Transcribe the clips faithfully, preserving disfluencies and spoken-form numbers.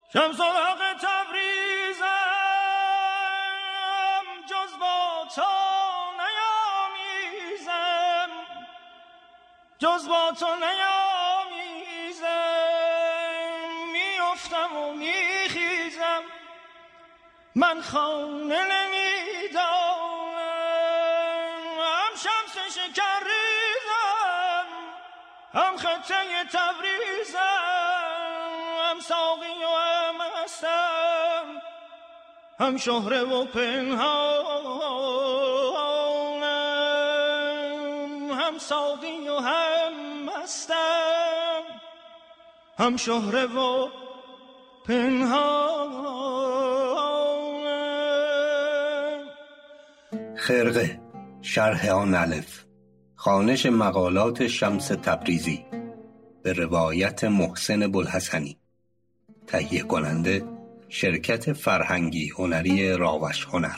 شمس الحق تبریزم جز با تو نیامیزم، جز با تو نیامیزم، میافتم و میخیزم، من خانه نمیدانم، هم شمس شکر ریزم، هم خطه تبریزم، هم ساقی و هم مستم، هم شهره و پنهانم، هم ساقی و هم مستم، هم شهره و پنهانم. خرقه، شرح آن الف، خوانش مقالات شمس تبریزی به روایت محسن بوالحسنی، تهیه کننده شرکت فرهنگی هنری راوش هنر.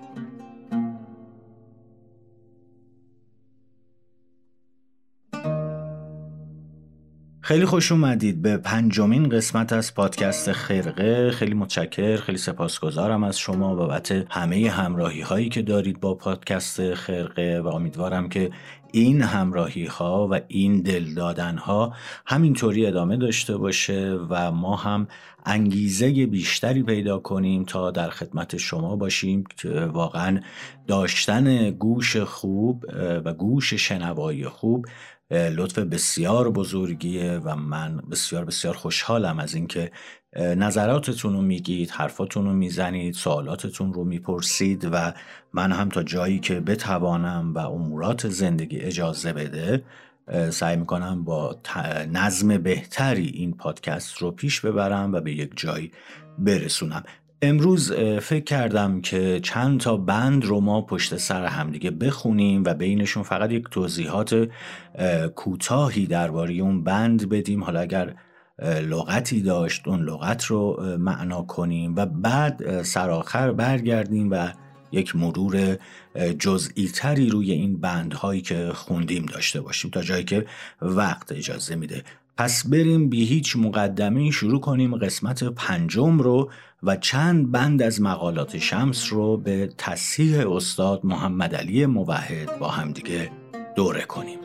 خیلی خوش اومدید به پنجمین قسمت از پادکست خرقه. خیلی متشکر، خیلی سپاسگزارم از شما بابت همه همراهی هایی که دارید با پادکست خرقه و امیدوارم که این همراهی ها و این دل دادن ها همینطوری ادامه داشته باشه و ما هم انگیزه بیشتری پیدا کنیم تا در خدمت شما باشیم که واقعا داشتن گوش خوب و گوش شنوایی خوب لطف بسیار بزرگیه و من بسیار بسیار خوشحالم از اینکه نظراتتون رو میگید، حرفاتون رو میزنید، سوالاتتون رو میپرسید و من هم تا جایی که بتوانم و امورات زندگی اجازه بده سعی میکنم با نظم بهتری این پادکست رو پیش ببرم و به یک جایی برسونم. امروز فکر کردم که چند تا بند رو ما پشت سر همدیگه بخونیم و بینشون فقط یک توضیحات کوتاهی درباره اون بند بدیم. حالا اگر لغتی داشت اون لغت رو معنا کنیم و بعد سرآخر برگردیم و یک مرور جزئی تری روی این بندهایی که خوندیم داشته باشیم تا جایی که وقت اجازه میده. پس بریم بی هیچ مقدمه‌ای شروع کنیم قسمت پنجم رو و چند بند از مقالات شمس رو به تصحیح استاد محمد علی موحد با همدیگه دوره کنیم.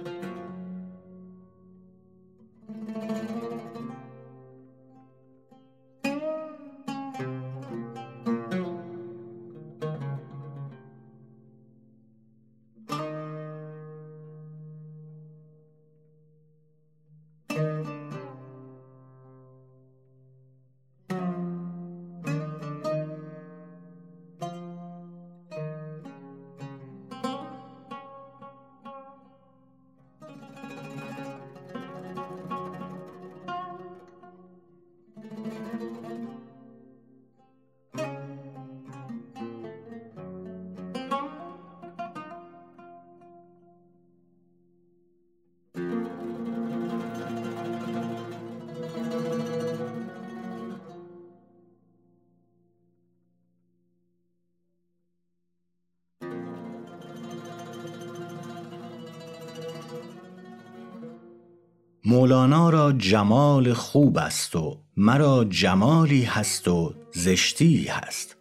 مولانا را جمال خوب است و مرا جمالی هست و زشتی هست.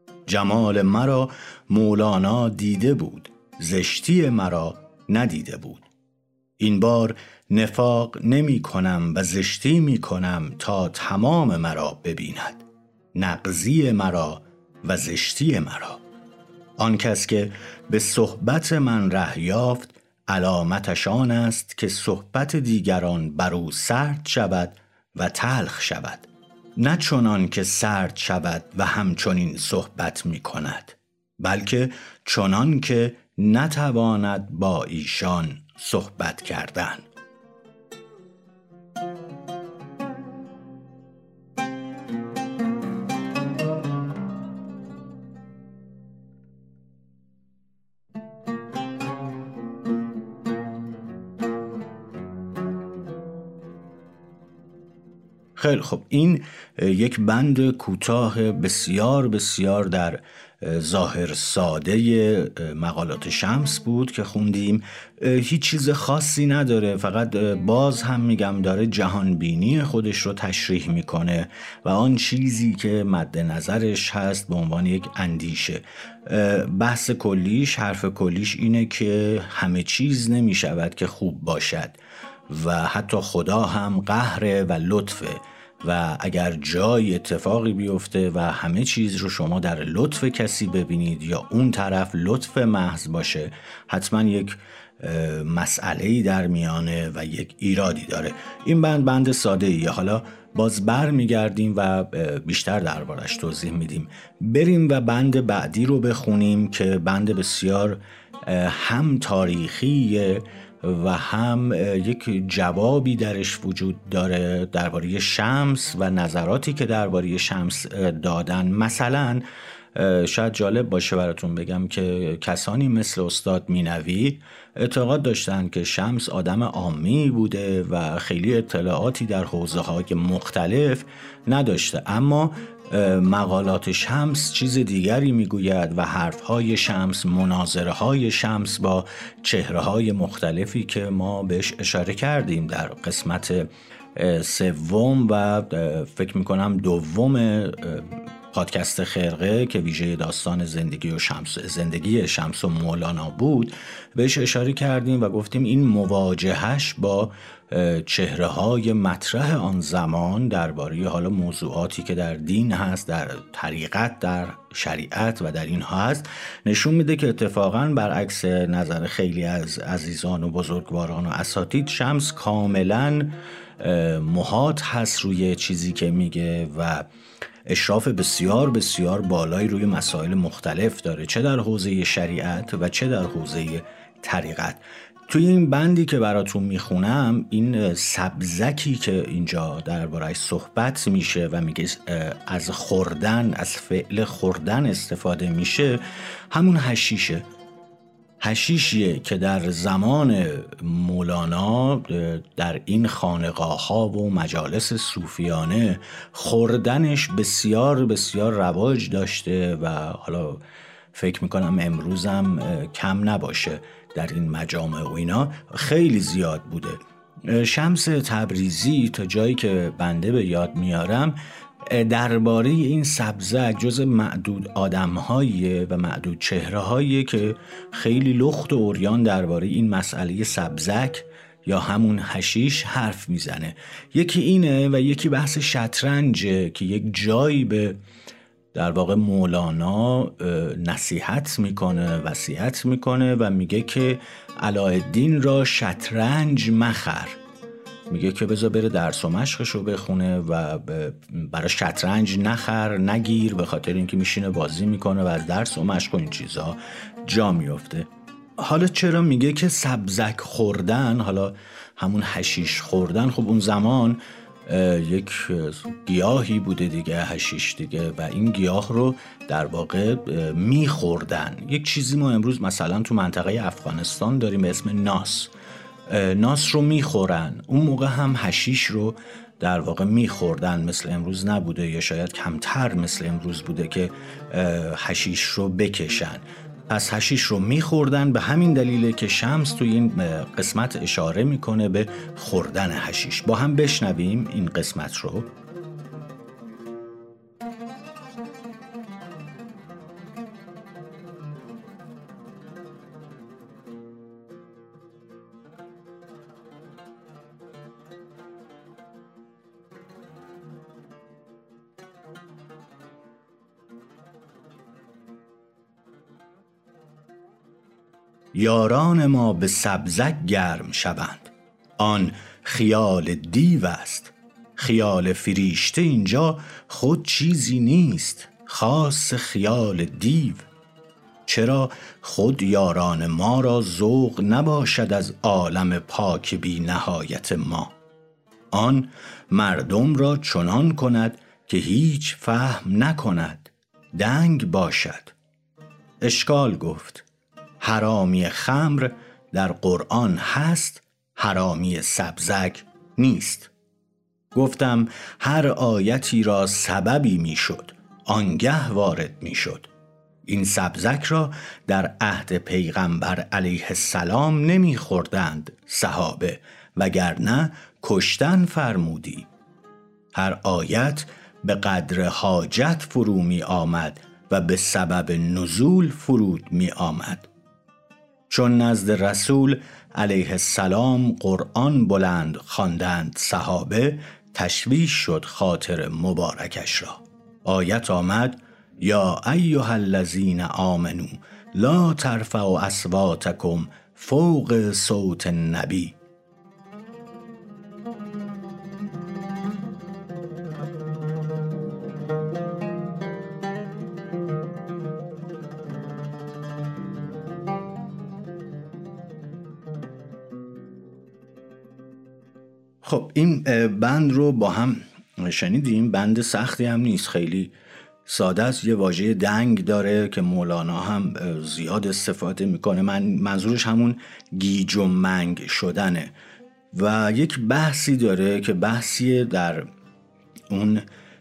جمال مرا مولانا دیده بود، زشتی مرا ندیده بود. این بار نفاق نمی کنم و زشتی می کنم تا تمام مرا ببیند، نغزی مرا و زشتی مرا. آن کس که به صحبت من ره یافت علامتش آن است که صحبت دیگران بر او سرد شود و تلخ شود، نه چنان که سرد شود و همچنین صحبت می کند، بلکه چنان که نتواند با ایشان صحبت کردن. خیلی خب، این یک بند کوتاه بسیار بسیار در ظاهر ساده مقالات شمس بود که خوندیم. هیچ چیز خاصی نداره، فقط باز هم میگم داره جهانبینی خودش رو تشریح میکنه و آن چیزی که مد نظرش هست به عنوان یک اندیشه. بحث کلیش، حرف کلیش اینه که همه چیز نمیشود که خوب باشد و حتی خدا هم قهر و لطفه و اگر جای اتفاقی بیفته و همه چیز رو شما در لطف کسی ببینید یا اون طرف لطف محض باشه، حتما یک مسئله‌ای در میانه و یک ایرادی داره. این بند بند ساده ایه. حالا باز بر میگردیم و بیشتر دربارش توضیح میدیم. بریم و بند بعدی رو بخونیم که بند بسیار هم تاریخیه و هم یک جوابی درش وجود داره درباره شمس و نظراتی که درباره شمس دادن. مثلا شاید جالب باشه براتون بگم که کسانی مثل استاد مینوی اعتقاد داشتن که شمس آدم عامی بوده و خیلی اطلاعاتی در حوزه‌های مختلف نداشته، اما مقالات شمس چیز دیگری میگوید و حرفهای شمس، مناظره های شمس با چهره های مختلفی که ما بهش اشاره کردیم در قسمت سوم و فکر میکنم دوم پادکست خرقه که ویژه داستان زندگی و شمس زندگی شمس و مولانا بود، بهش اشاره کردیم و گفتیم این مواجهش با چهره‌های مطرح آن زمان درباره حالا موضوعاتی که در دین هست، در طریقت، در شریعت و در اینها هست، نشون میده که اتفاقاً برعکس نظر خیلی از عزیزان و بزرگواران و اساتید، شمس کاملاً محاط هست روی چیزی که میگه و اشراف بسیار بسیار بالایی روی مسائل مختلف داره، چه در حوزه شریعت و چه در حوزه طریقت. توی این بندی که براتون میخونم، این سبزکی که اینجا درباره‌اش صحبت میشه و میگه از خوردن، از فعل خوردن استفاده میشه، همون حشیشه. حشیشیه که در زمان مولانا در این خانقاه ها و مجالس صوفیانه خوردنش بسیار بسیار رواج داشته و حالا فکر میکنم امروزم کم نباشه، در این مجامع و اینا خیلی زیاد بوده. شمس تبریزی تا جایی که بنده به یاد میارم درباره این سبزک جز معدود آدم‌هاییه و معدود چهره‌هاییه که خیلی لخت و عریان درباره این مسئله سبزک یا همون حشیش حرف میزنه. یکی اینه و یکی بحث شطرنجه که یک جایی به در واقع مولانا نصیحت میکنه، وصیت میکنه و میگه که علاءالدین را شطرنج مخر. میگه که بذار بره درس و مشقشو بخونه و برای شطرنج نخر، نگیر، به خاطر اینکه میشینه بازی میکنه و از درس و مشق و این چیزا جا میفته. حالا چرا میگه که سبزک خوردن، حالا همون حشیش خوردن؟ خب اون زمان یک گیاهی بوده دیگه، حشیش دیگه، و این گیاه رو در واقع میخوردن. یک چیزی ما امروز مثلا تو منطقه افغانستان داریم به اسم ناس. ناس رو میخورن، اون موقع هم حشیش رو در واقع میخوردن، مثل امروز نبوده یا شاید کمتر مثل امروز بوده که حشیش رو بکشن. پس حشیش رو میخوردن، به همین دلیله که شمس توی این قسمت اشاره میکنه به خوردن حشیش. با هم بشنویم این قسمت رو. یاران ما به سبزک گرم شوند، آن خیال دیو است. خیال فریشته اینجا خود چیزی نیست، خاص خیال دیو. چرا خود یاران ما را ذوق نباشد از عالم پاک بی نهایت ما؟ آن مردم را چنان کند که هیچ فهم نکند، دنگ باشد. اشکال گفت حرامی خمر در قرآن هست، حرامی سبزک نیست. گفتم هر آیتی را سببی می شد، آنگه وارد می شد. این سبزک را در عهد پیغمبر علیه السلام نمیخوردند صحابه، وگرنه کشتن فرمودی. هر آیت به قدر حاجت فرو می آمد و به سبب نزول فرود می آمد. چون نزد رسول علیه السلام قرآن بلند خواندند صحابه، تشویش شد خاطر مبارکش را. آیت آمد یا ایها الذین آمنو لا ترفعوا اصواتکم فوق صوت النبی. خب این بند رو با هم شنیدیم. بند سختی هم نیست، خیلی ساده است. یه واژه دنگ داره که مولانا هم زیاد استفاده میکنه. من منظورش همون گیج و منگ شدنه. و یک بحثی داره که بحثی در اون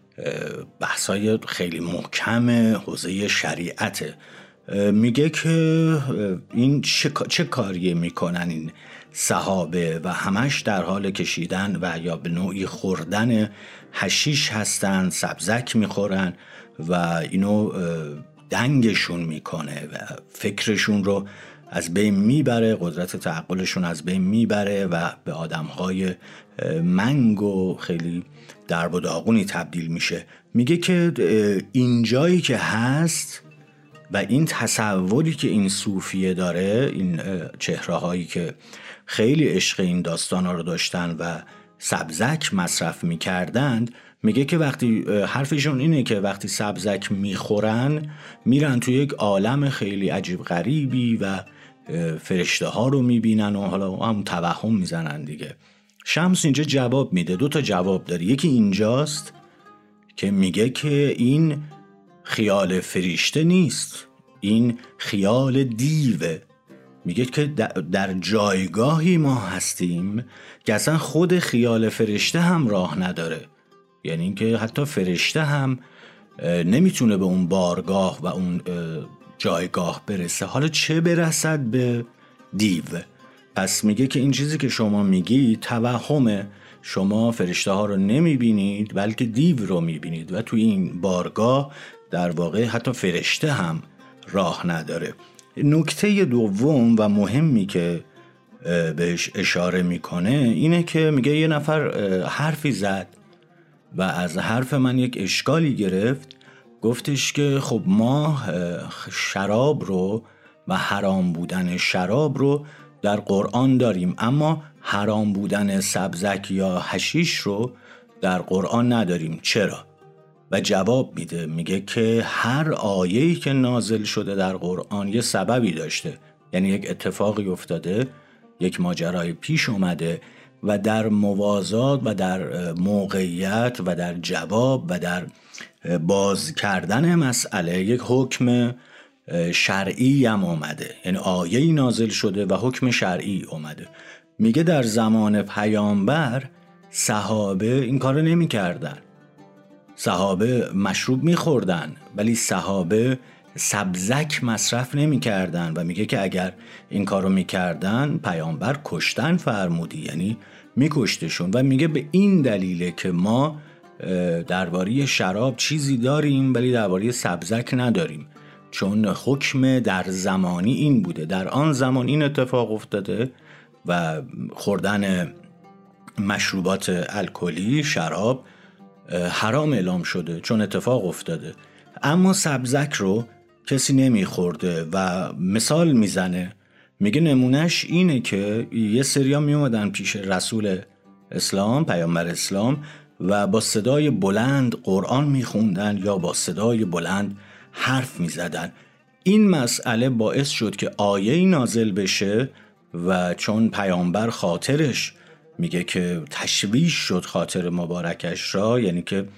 بحثای خیلی محکم حوزه شریعته. میگه که این چه, چه کاریه میکنن این صحابه و همش در حال کشیدن و یا به نوعی خوردن حشیش هستن، سبزک میخورن و اینو دنگشون میکنه و فکرشون رو از بین میبره، قدرت تعقلشون از بین میبره و به آدمهای منگ و خیلی درب و داغونی تبدیل میشه. میگه که اینجایی که هست و این تصوری که این صوفیه داره، این چهره هایی که خیلی عشق این داستان ها رو داشتن و سبزک مصرف میکردند، میگه که وقتی حرفشون اینه که وقتی سبزک میخورن میرن توی یک عالم خیلی عجیب غریبی و فرشته ها رو میبینن و حالا هم توهم میزنن دیگه. شمس اینجا جواب میده، دو تا جواب داره. یکی اینجاست که میگه که این خیال فرشته نیست، این خیال دیوه. میگه که در جایگاهی ما هستیم که اصلا خود خیال فرشته هم راه نداره، یعنی اینکه حتی فرشته هم نمیتونه به اون بارگاه و اون جایگاه برسه، حالا چه برسد به دیو. پس میگه که این چیزی که شما میگی توهمه، شما فرشته ها رو نمیبینید بلکه دیو رو میبینید و توی این بارگاه در واقع حتی فرشته هم راه نداره. نکته دوم و مهمی که بهش اشاره میکنه اینه که میگه یه نفر حرفی زد و از حرف من یک اشکالی گرفت. گفتش که خب ما شراب رو و حرام بودن شراب رو در قرآن داریم، اما حرام بودن سبزک یا حشیش رو در قرآن نداریم، چرا؟ و جواب میده، میگه که هر آیه‌ای که نازل شده در قرآن یه سببی داشته، یعنی یک اتفاقی افتاده، یک ماجرای پیش اومده و در موازات و در موقعیت و در جواب و در باز کردن مسئله یک حکم شرعی هم اومده، یعنی آیه‌ای نازل شده و حکم شرعی اومده. میگه در زمان پیامبر صحابه این کارو نمی کردن، صحابه مشروب می خوردن ولی صحابه سبزک مصرف نمی کردن و میگه که اگر این کارو می کردن پیامبر کشتن فرمودی، یعنی می کشتشون. و میگه به این دلیله که ما درباره شراب چیزی داریم ولی درباره سبزک نداریم، چون حکم در زمانی این بوده، در آن زمان این اتفاق افتاده و خوردن مشروبات الکلی، شراب حرام اعلام شده چون اتفاق افتاده، اما سبزک رو کسی نمیخورده. و مثال میزنه، میگه نمونهش اینه که یه سریا میومدن پیش رسول اسلام، پیامبر اسلام، و با صدای بلند قرآن میخوندن یا با صدای بلند حرف میزدن. این مسئله باعث شد که آیه‌ای نازل بشه و چون پیامبر خاطرش، میگه که تشویش شد خاطر مبارکش را، یعنی که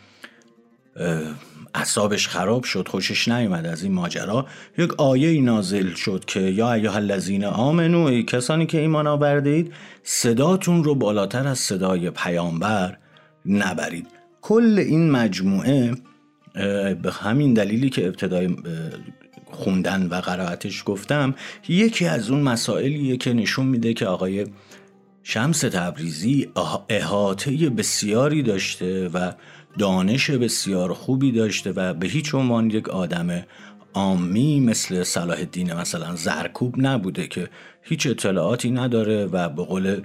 اعصابش خراب شد، خوشش نیومد از این ماجرا، یک آیه نازل شد که یا ایها الذین آمنو، ای کسانی که ایمان آوردید، صداتون رو بالاتر از صدای پیامبر نبرید. کل این مجموعه به همین دلیلی که ابتدای خوندن و قرائتش گفتم، یکی از اون مسائلیه که نشون میده که آقای شمس تبریزی احاطه بسیاری داشته و دانش بسیار خوبی داشته و به هیچ عنوان یک آدم عامی مثل صلاح الدین مثلا زرکوب نبوده که هیچ اطلاعاتی نداره و به قول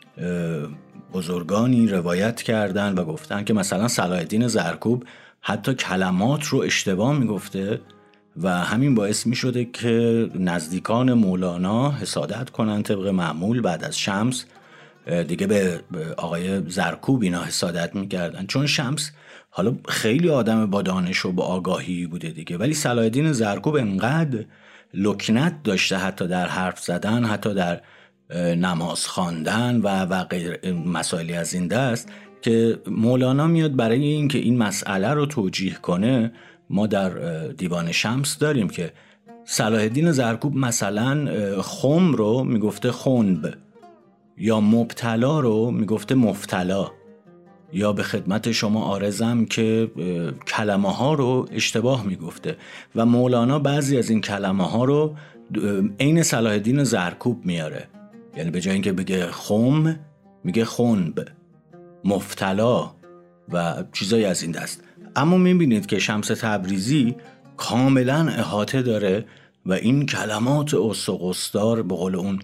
بزرگانی روایت کردن و گفتن که مثلا صلاح الدین زرکوب حتی کلمات رو اشتباه میگفته و همین باعث می شده که نزدیکان مولانا حسادت کنن طبق معمول بعد از شمس دیگه به آقای زرکوب اینا حسادت می کردن، چون شمس حالا خیلی آدم با دانش و با آگاهی بوده دیگه، ولی صلاح الدین زرکوب انقدر لکنت داشته حتی در حرف زدن، حتی در نماز خواندن و و غیر مسائلی از این دست که مولانا میاد برای این که این مسئله رو توجیه کنه. ما در دیوان شمس داریم که صلاح الدین زرکوب مثلا خم رو میگفته خنب، یا مبتلا رو میگفته مفتلا، یا به خدمت شما عارضم که کلمه ها رو اشتباه میگفته و مولانا بعضی از این کلمه ها رو عین صلاح الدین زرکوب میاره، یعنی به جای اینکه بگه خم میگه خنب، مفتلا و چیزایی از این دست. اما میبینید که شمس تبریزی کاملا احاطه داره و این کلمات استقصدار، به قول اون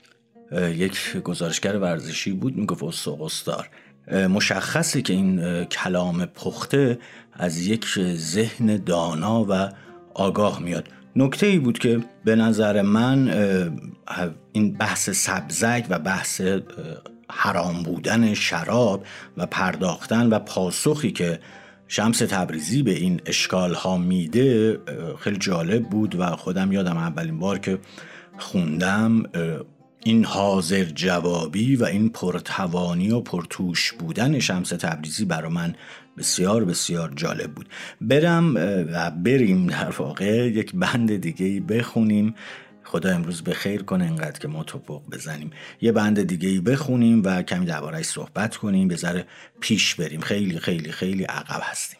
یک گزارشگر ورزشی بود میگفت استقصدار، مشخصه که این کلام پخته از یک ذهن دانا و آگاه میاد. نکته ای بود که به نظر من این بحث سبزک و بحث حرام بودن شراب و پرداختن و پاسخی که شمس تبریزی به این اشکال ها میده خیلی جالب بود و خودم یادم اولین بار که خوندم این حاضر جوابی و این پرتوانی و پرتوش بودن شمس تبریزی برای من بسیار بسیار جالب بود. برم و بریم در واقع یک بند دیگه بخونیم. خدا امروز به خیر کنه اینقدر که ما توپق بزنیم. یه بند دیگه بخونیم و کمی درباره‌اش صحبت کنیم، به ذره پیش بریم. خیلی خیلی خیلی عقب هستیم.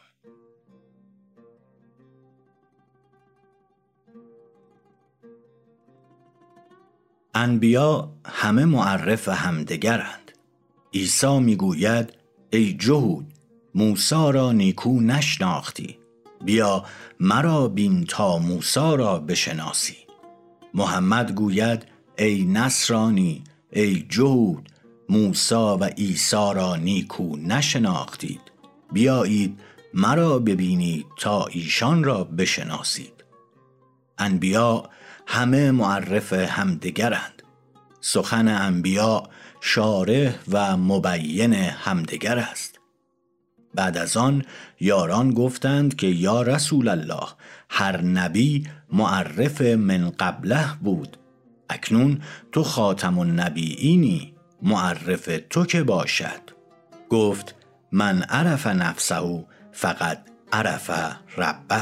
انبیا همه معرف همدگرند. عیسی میگوید ای جهود موسی را نیکو نشناختی، بیا مرا بین تا موسی را بشناسی. محمد گوید ای نصرانی ای جهود موسی و عیسی را نیکو نشناختید، بیایید مرا ببینید تا ایشان را بشناسید. انبیا همه معرف همدگرند. سخن انبیا شارح و مبین همدگر است. بعد از آن یاران گفتند که یا رسول الله، هر نبی معرف من قبله بود، اکنون تو خاتم النبیینی، معرف تو که باشد. گفت من عرف نفسه فقط عرف ربه.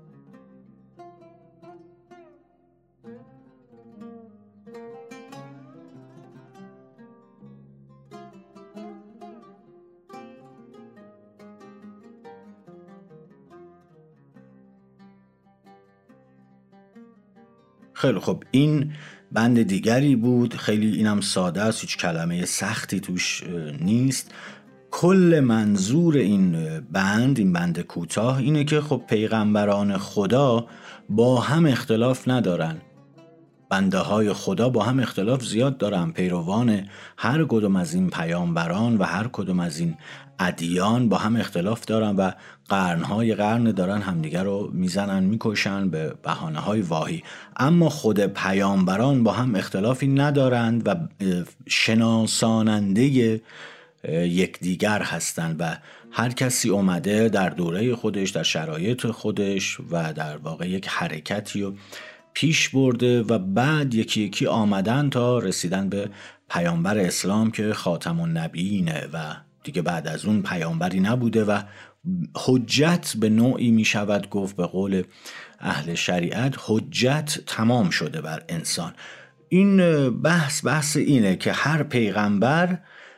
خیلی خب، این بند دیگری بود. خیلی اینم ساده است، هیچ کلمه سختی توش نیست. کل منظور این بند، این بند کوتاه، اینه که خب پیغمبران خدا با هم اختلاف ندارن. بنده های خدا با هم اختلاف زیاد دارن. پیروان هر کدوم از این پیامبران و هر کدوم از این ادیان با هم اختلاف دارن و قرنهای قرن دارن همدیگر رو میزنن، میکشن به بهانه های واهی. اما خود پیامبران با هم اختلافی ندارند و شناساننده یکدیگر هستند و هر کسی اومده در دوره خودش، در شرایط خودش و در واقع یک حرکتی رو پیش برده و بعد یکی یکی آمدن تا رسیدن به پیامبر اسلام که خاتم النبیینه و دیگه بعد از اون پیامبری نبوده و حجت به نوعی می شود گفت به قول اهل شریعت حجت تمام شده بر انسان. این بحث بحث اینه که هر پیغمبر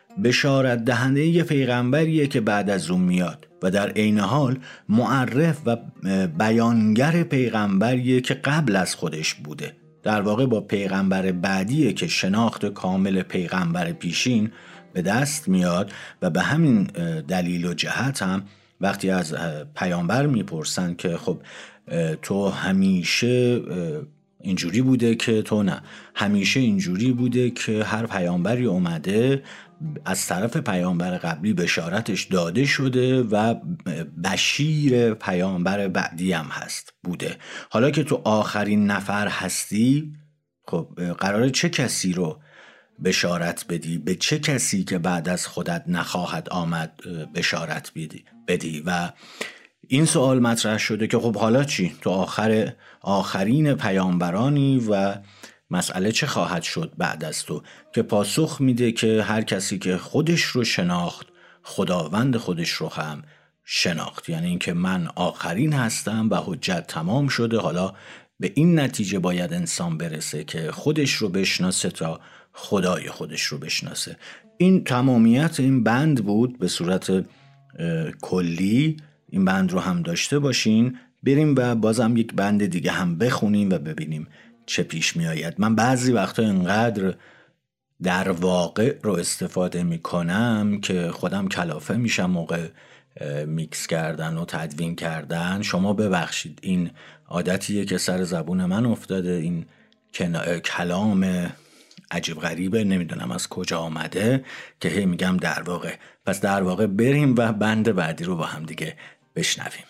بشارت دهنده یه پیغمبریه که بعد از اون میاد و در عین حال معرف و بیانگر پیغمبریه که قبل از خودش بوده. در واقع با پیغمبر بعدیه که شناخت کامل پیغمبر پیشین به دست میاد و به همین دلیل و جهت هم وقتی از پیامبر میپرسن که خب تو همیشه اینجوری بوده که تو نه، همیشه اینجوری بوده که هر پیامبری اومده از طرف پیامبر قبلی بشارتش داده شده و بشیر پیامبر بعدی هم هست بوده. حالا که تو آخرین نفر هستی، خب قراره چه کسی رو بشارت بدی؟ به چه کسی که بعد از خودت نخواهد آمد بشارت بدی؟ بدی و این سوال مطرح شده که خب حالا چی؟ تو آخر آخرین پیامبرانی و مسئله چه خواهد شد بعد از تو؟ که پاسخ میده که هر کسی که خودش رو شناخت خداوند خودش رو هم شناخت. یعنی اینکه من آخرین هستم و حجت تمام شده، حالا به این نتیجه باید انسان برسه که خودش رو بشناسه تا خدای خودش رو بشناسه. این تمامیت این بند بود به صورت کلی. این بند رو هم داشته باشین. بریم و بازم یک بند دیگه هم بخونیم و ببینیم چه پیش می آید. من بعضی وقتا اینقدر در واقع رو استفاده می کنم که خودم کلافه میشم موقع میکس کردن و تدوین کردن. شما ببخشید، این عادتیه که سر زبون من افتاده، این کلام عجیب غریبه، نمیدونم از کجا آمده که هی میگم در واقع. پس در واقع بریم و بند بعدی رو با هم دیگه بشنویم.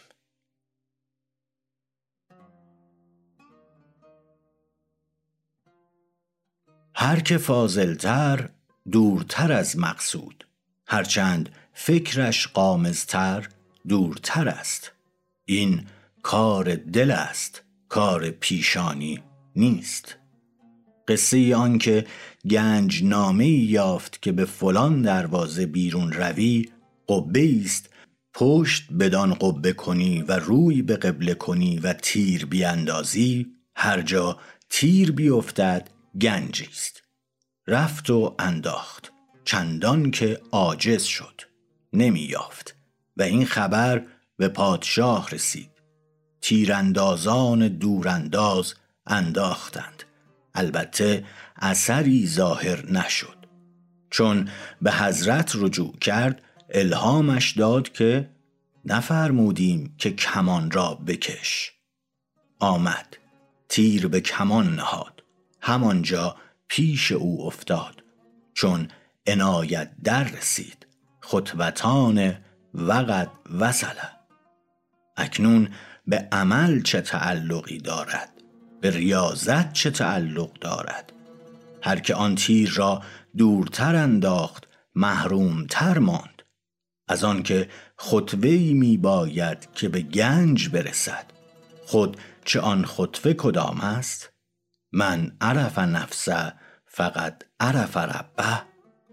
هر که فاضلتر دورتر از مقصود، هرچند فکرش غامضتر دورتر است. این کار دل است، کار پیشانی نیست. قصه آن که گنج نامه یافت که به فلان دروازه بیرون روی، قبه است پشت بدان قبه کنی و روی به قبله کنی و تیر بیاندازی، هر جا تیر بیفتد گنجی است. رفت و انداخت چندان که عاجز شد، نمی یافت و این خبر به پادشاه رسید. تیراندازان دورانداز انداختند، البته اثری ظاهر نشد. چون به حضرت رجوع کرد، الهامش داد که نفرمودیم که کمان را بکش. آمد تیر به کمان نهاد، همانجا پیش او افتاد. چون عنایت در رسید، خطبتان وقد وصله. اکنون به عمل چه تعلقی دارد، به ریاضت چه تعلق دارد؟ هر که آن تیر را دورتر انداخت محروم تر ماند، از آن که خطوه‌ای می باید که به گنج برسد. خود چه آن خطوه کدام است؟ من عرف نفسه فقط عرف ربه.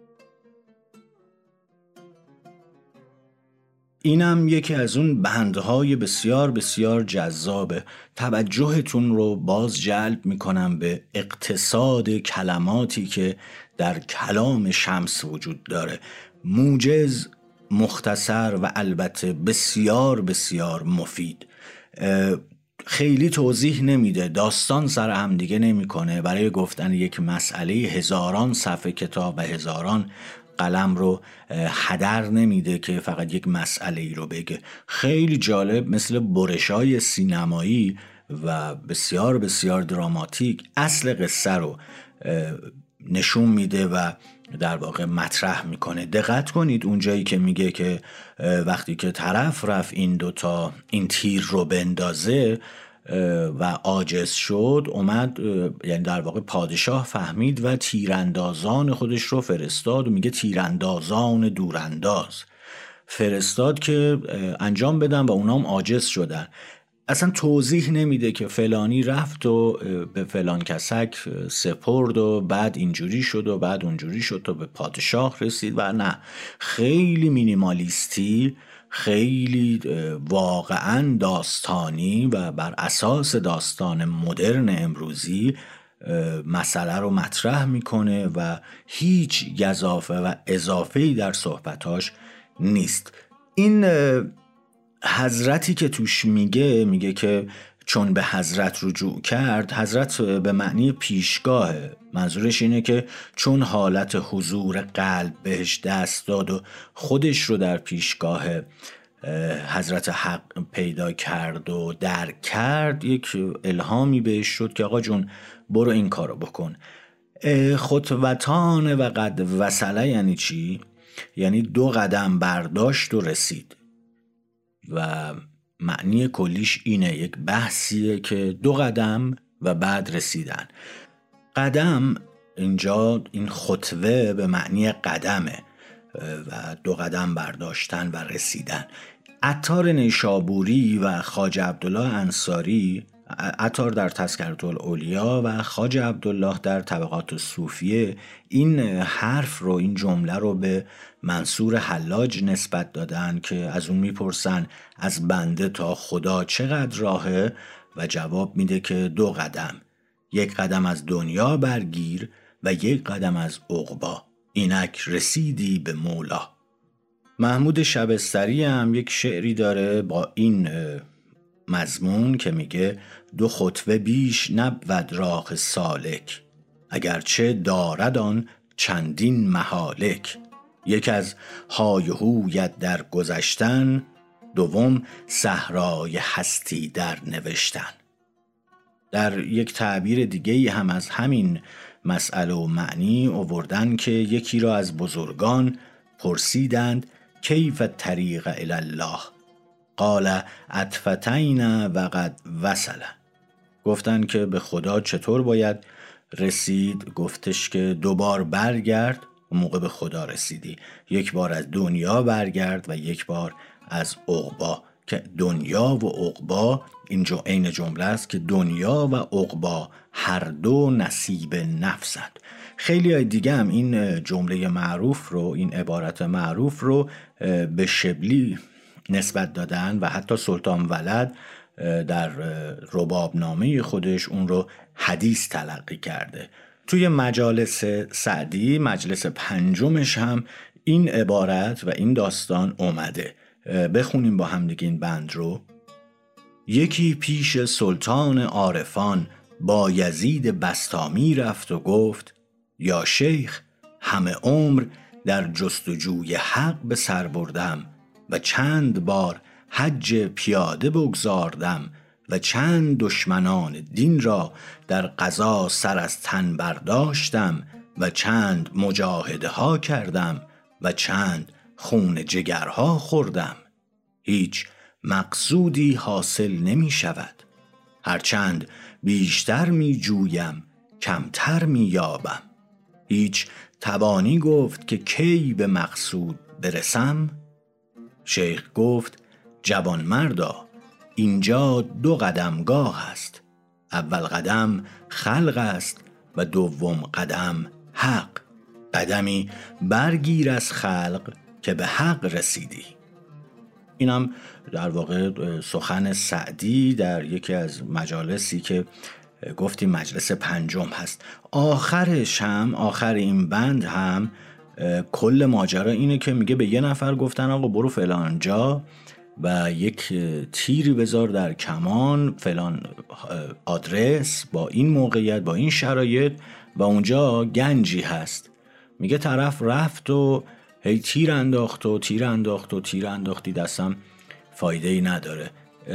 اینم یکی از اون بندهای بسیار بسیار جذابه. توجهتون رو باز جلب میکنم به اقتصاد کلماتی که در کلام شمس وجود داره. موجز، مختصر و البته بسیار بسیار مفید. خیلی توضیح نمیده، داستان سر هم دیگه نمیکنه. برای گفتن یک مسئله هزاران صفحه کتاب و هزاران قلم رو هدر نمیده که فقط یک مسئله ای رو بگه. خیلی جالب، مثل برشای سینمایی و بسیار بسیار دراماتیک اصل قصه رو نشون میده و در واقع مطرح میکنه. دقت کنید اونجایی که میگه که وقتی که طرف رفت این دوتا این تیر رو بندازه و عاجز شد، اومد، یعنی در واقع پادشاه فهمید و تیراندازان خودش رو فرستاد و میگه تیراندازان دورانداز فرستاد که انجام بدن و اونا هم عاجز شدن. اصلا توضیح نمیده که فلانی رفت و به فلان کسک سپرد و بعد اینجوری شد و بعد اونجوری شد تا به پادشاه رسید و نه، خیلی مینیمالیستی، خیلی واقعا داستانی و بر اساس داستان مدرن امروزی مسئله رو مطرح میکنه و هیچ گزافه و اضافه‌ای در صحبتاش نیست. این حضرتی که توش میگه میگه که چون به حضرت رجوع کرد، حضرت به معنی پیشگاهه. منظورش اینه که چون حالت حضور قلب بهش دست داد و خودش رو در پیشگاه حضرت حق پیدا کرد و درک کرد، یک الهامی بهش شد که آقا جون برو این کارو بکن. خطوتان و قد وصله یعنی چی؟ یعنی دو قدم برداشت و رسید. و معنی کلیش اینه، یک بحثیه که دو قدم و بعد رسیدن. قدم اینجا این خطوه به معنی قدمه و دو قدم برداشتن و رسیدن. عطار نیشابوری و خواجه عبدالله انصاری، عطار در تذکرة الاولیا و خواجه عبدالله در طبقات الصوفیه، این حرف رو، این جمله رو به منصور حلاج نسبت دادن که از اون میپرسن از بنده تا خدا چقدر راهه و جواب میده که دو قدم، یک قدم از دنیا برگیر و یک قدم از عقبا، اینک رسیدی به مولا. محمود شبستری هم یک شعری داره با این مضمون که میگه دو خطوه بیش نبود راه سالک، اگرچه دارد آن چندین مهالک. یک از های و هویت در گذشتن، دوم صحرای هستی در نوشتن. در یک تعبیر دیگه هم از همین مسئله و معنی آوردن که یکی را از بزرگان پرسیدند کیف الطریق الی الله، قال اطفتین و قد وصل. گفتن که به خدا چطور باید رسید؟ گفتش که دو بار برگرد و موقع به خدا رسیدی، یک بار از دنیا برگرد و یک بار از عقبا، که دنیا و عقبا اینجا عین جمله است که دنیا و عقبا هر دو نصیب نفسند. خیلی های دیگه هم این جمله معروف رو، این عبارت معروف رو به شبلی نسبت دادن و حتی سلطان ولد در رباب نامه خودش اون رو حدیث تلقی کرده. توی مجالس سعدی، مجلس پنجمش هم این عبارت و این داستان اومده. بخونیم با هم دیگه این بند رو. یکی پیش سلطان عارفان با یزید بسطامی رفت و گفت یا شیخ، همه عمر در جستجوی حق به سر بردم و چند بار حج پیاده بگذاردم و چند دشمنان دین را در قضا سر از تن برداشتم و چند مجاهده ها کردم و چند خون جگرها خوردم. هیچ مقصودی حاصل نمی شود، هرچند بیشتر می جویم کمتر می یابم. هیچ توانی گفت که کی به مقصود برسم؟ شیخ گفت جوان مردا، اینجا دو قدمگاه است، اول قدم خلق است و دوم قدم حق. قدمی برگیر از خلق که به حق رسیدی. اینم در واقع سخن سعدی در یکی از مجالسی که گفتیم مجلس پنجم هست. آخرش هم، آخر این بند هم کل ماجرا اینه که میگه به یه نفر گفتن آقا برو فلان جا و یک تیری بذار در کمان فلان آدرس با این موقعیت با این شرایط و اونجا گنجی هست. میگه طرف رفت و هی تیر انداخت و تیر انداخت و تیر انداختی دستم فایده ای نداره.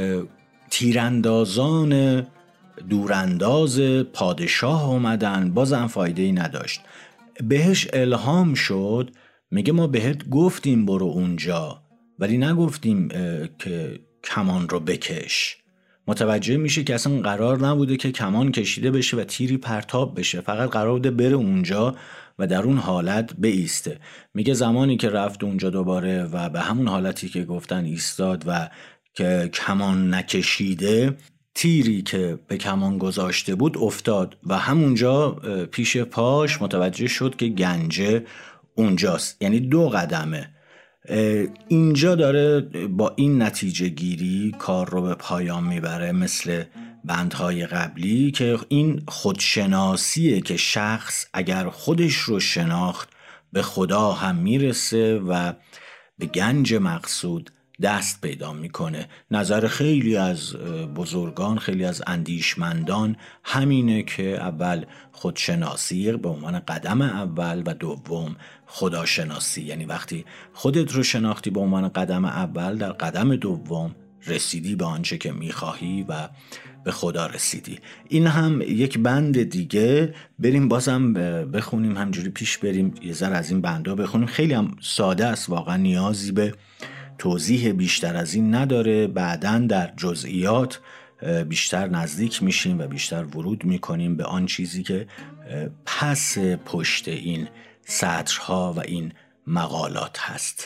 تیراندازان دورانداز پادشاه اومدن بازم فایده ای نداشت. بهش الهام شد، میگه ما بهت گفتیم برو اونجا ولی نگفتیم که کمان رو بکش. متوجه میشه که اصلا قرار نبوده که کمان کشیده بشه و تیری پرتاب بشه، فقط قرار بوده بره اونجا و در اون حالت بایسته. میگه زمانی که رفت اونجا دوباره و به همون حالتی که گفتن ایستاد و که کمان نکشیده، تیری که به کمان گذاشته بود افتاد و همونجا پیش پاش متوجه شد که گنجه اونجاست. یعنی دو قدمه. اینجا داره با این نتیجه گیری کار رو به پایان میبره، مثل بندهای قبلی که این خودشناسیه که شخص اگر خودش رو شناخت به خدا هم میرسه و به گنج مقصود دست پیدا میکنه. نظر خیلی از بزرگان، خیلی از اندیشمندان همینه که اول خودشناسی به عنوان قدم اول و دوم خداشناسی، یعنی وقتی خودت رو شناختی به عنوان قدم اول، در قدم دوم رسیدی به آنچه که میخواهی و به خدا رسیدی. این هم یک بند دیگه، بریم بازم بخونیم، همجوری پیش بریم یه ذره از این بندا بخونیم. خیلی هم ساده است، واقعا نیازی به توضیح بیشتر از این نداره. بعداً در جزئیات بیشتر نزدیک میشیم و بیشتر ورود میکنیم به آن چیزی که پس پشت این سطرها و این مقالات هست.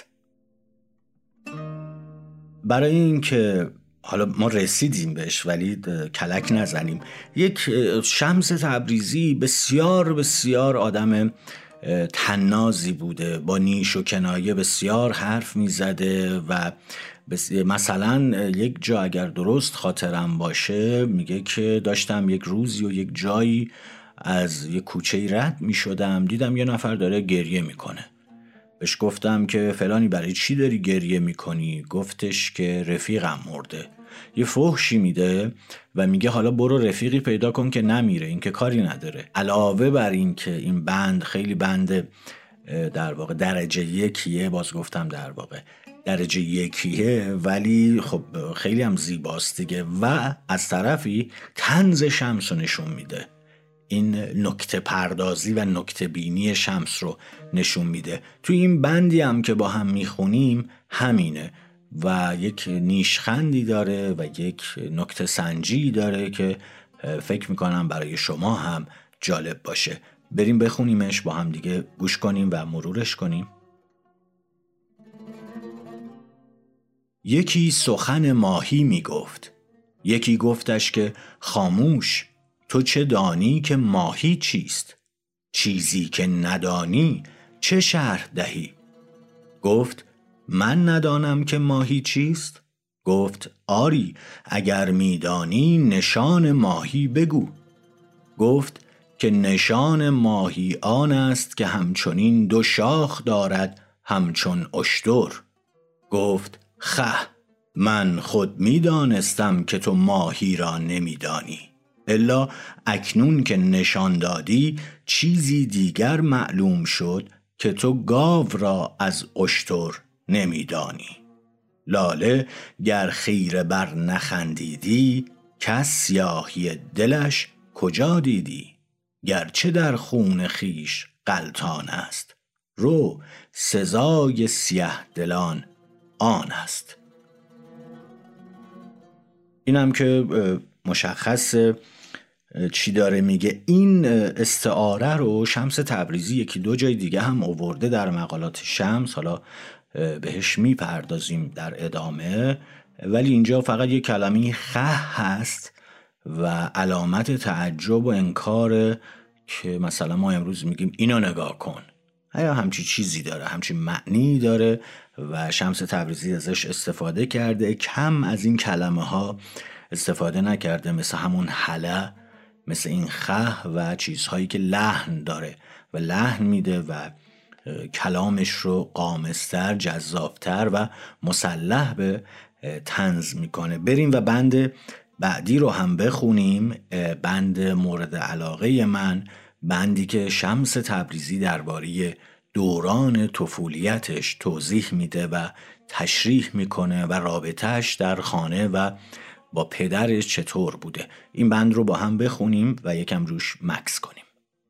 برای اینکه حالا ما رسیدیم بهش ولی کلک نزنیم، یک شمس تبریزی بسیار بسیار آدم تنازی بوده، با نیش و کنایه بسیار حرف می زده و مثلا یک جا اگر درست خاطرم باشه میگه که داشتم یک روزی و یک جایی از یک کوچه رد می شدم، دیدم یه نفر داره گریه میکنه. بهش گفتم که فلانی برای چی داری گریه میکنی؟ گفتش که رفیقم مرده. یه فحشی میده و میگه حالا برو رفیقی پیدا کن که نمیره، این که کاری نداره. علاوه بر این که این بند خیلی بند در واقع درجه یکیه، باز گفتم در واقع درجه یکیه ولی خب خیلی هم زیباست دیگه، و از طرفی طنز شمس رو نشون میده. این نکته پردازی و نکته بینی شمس رو نشون میده. توی این بندی هم که با هم میخونیم همینه و یک نیشخندی داره و یک نکته سنجی داره که فکر میکنم برای شما هم جالب باشه. بریم بخونیمش با هم دیگه، گوش کنیم و مرورش کنیم. یکی سخن ماهی میگفت، یکی گفتش که خاموش، تو چه دانی که ماهی چیست؟ چیزی که ندانی چه شرح دهی؟ گفت من ندانم که ماهی چیست؟ گفت آری، اگر میدانی نشان ماهی بگو. گفت که نشان ماهی آن است که همچنین دو شاخ دارد همچون اشتر. گفت خه، من خود میدانستم که تو ماهی را نمیدانی، الا اکنون که نشان دادی چیزی دیگر معلوم شد که تو گاو را از اشتر نمیدانی. لاله گر خیره بر نخندیدی، کس سیاهی دلش کجا دیدی؟ گرچه در خون خیش غلطان است، رو سزای سیاه دلان آن است. اینم که مشخص چی داره میگه. این استعاره رو شمس تبریزی یکی دو جای دیگه هم آورده در مقالات شمس، حالا بهش میپردازیم در ادامه، ولی اینجا فقط یک کلمه خه هست و علامت تعجب و انکار که مثلا ما امروز میگیم اینو نگاه کن، یا همچی چیزی داره، همچی معنی داره و شمس تبریزی ازش استفاده کرده. کم از این کلمه ها استفاده نکرده، مثل همون حله، مثل این خه و چیزهایی که لحن داره و لحن میده و کلامش رو قامستر، جذابتر و مسلح به طنز میکنه. بریم و بند بعدی رو هم بخونیم، بند مورد علاقه من، بندی که شمس تبریزی درباره دوران طفولیتش توضیح میده و تشریح میکنه و رابطهش در خانه و با پدرش چطور بوده. این بند رو با هم بخونیم و یکم روش مکس کنیم.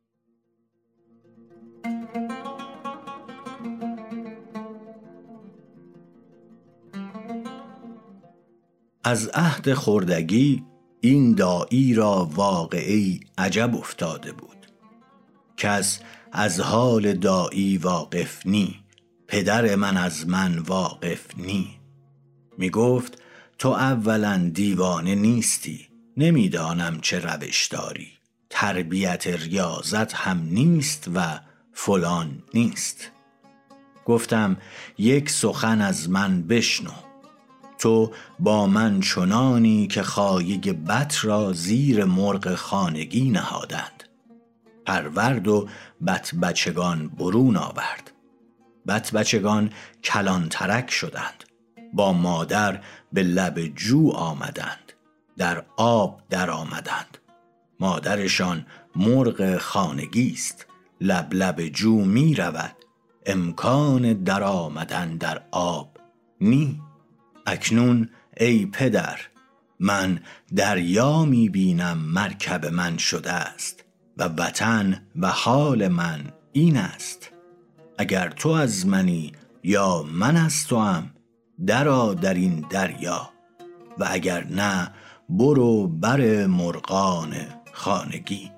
از عهد خردگی این داعی را واقعی عجب افتاده بود، کس از حال داعی واقف نی، پدر من از من واقف نی. می گفت تو اولا دیوانه نیستی، نمیدانم چه روش داری، تربیت ریاضت هم نیست و فلان نیست. گفتم یک سخن از من بشنو، تو با من چنانی که خایه بط را زیر مرغ خانگی نهادند. پرورد و بط بچگان برون آورد. بط بچگان کلان ترک شدند. با مادر به لب جو آمدند. در آب در آمدند. مادرشان مرغ خانگی است. لب لب جو می رود. امکان در آمدن در آب نی. اکنون ای پدر، من دریا می بینم مرکب من شده است و وطن و حال من این است. اگر تو از منی یا من از توام، درآ در این دریا، و اگر نه برو بر مرغان خانگی.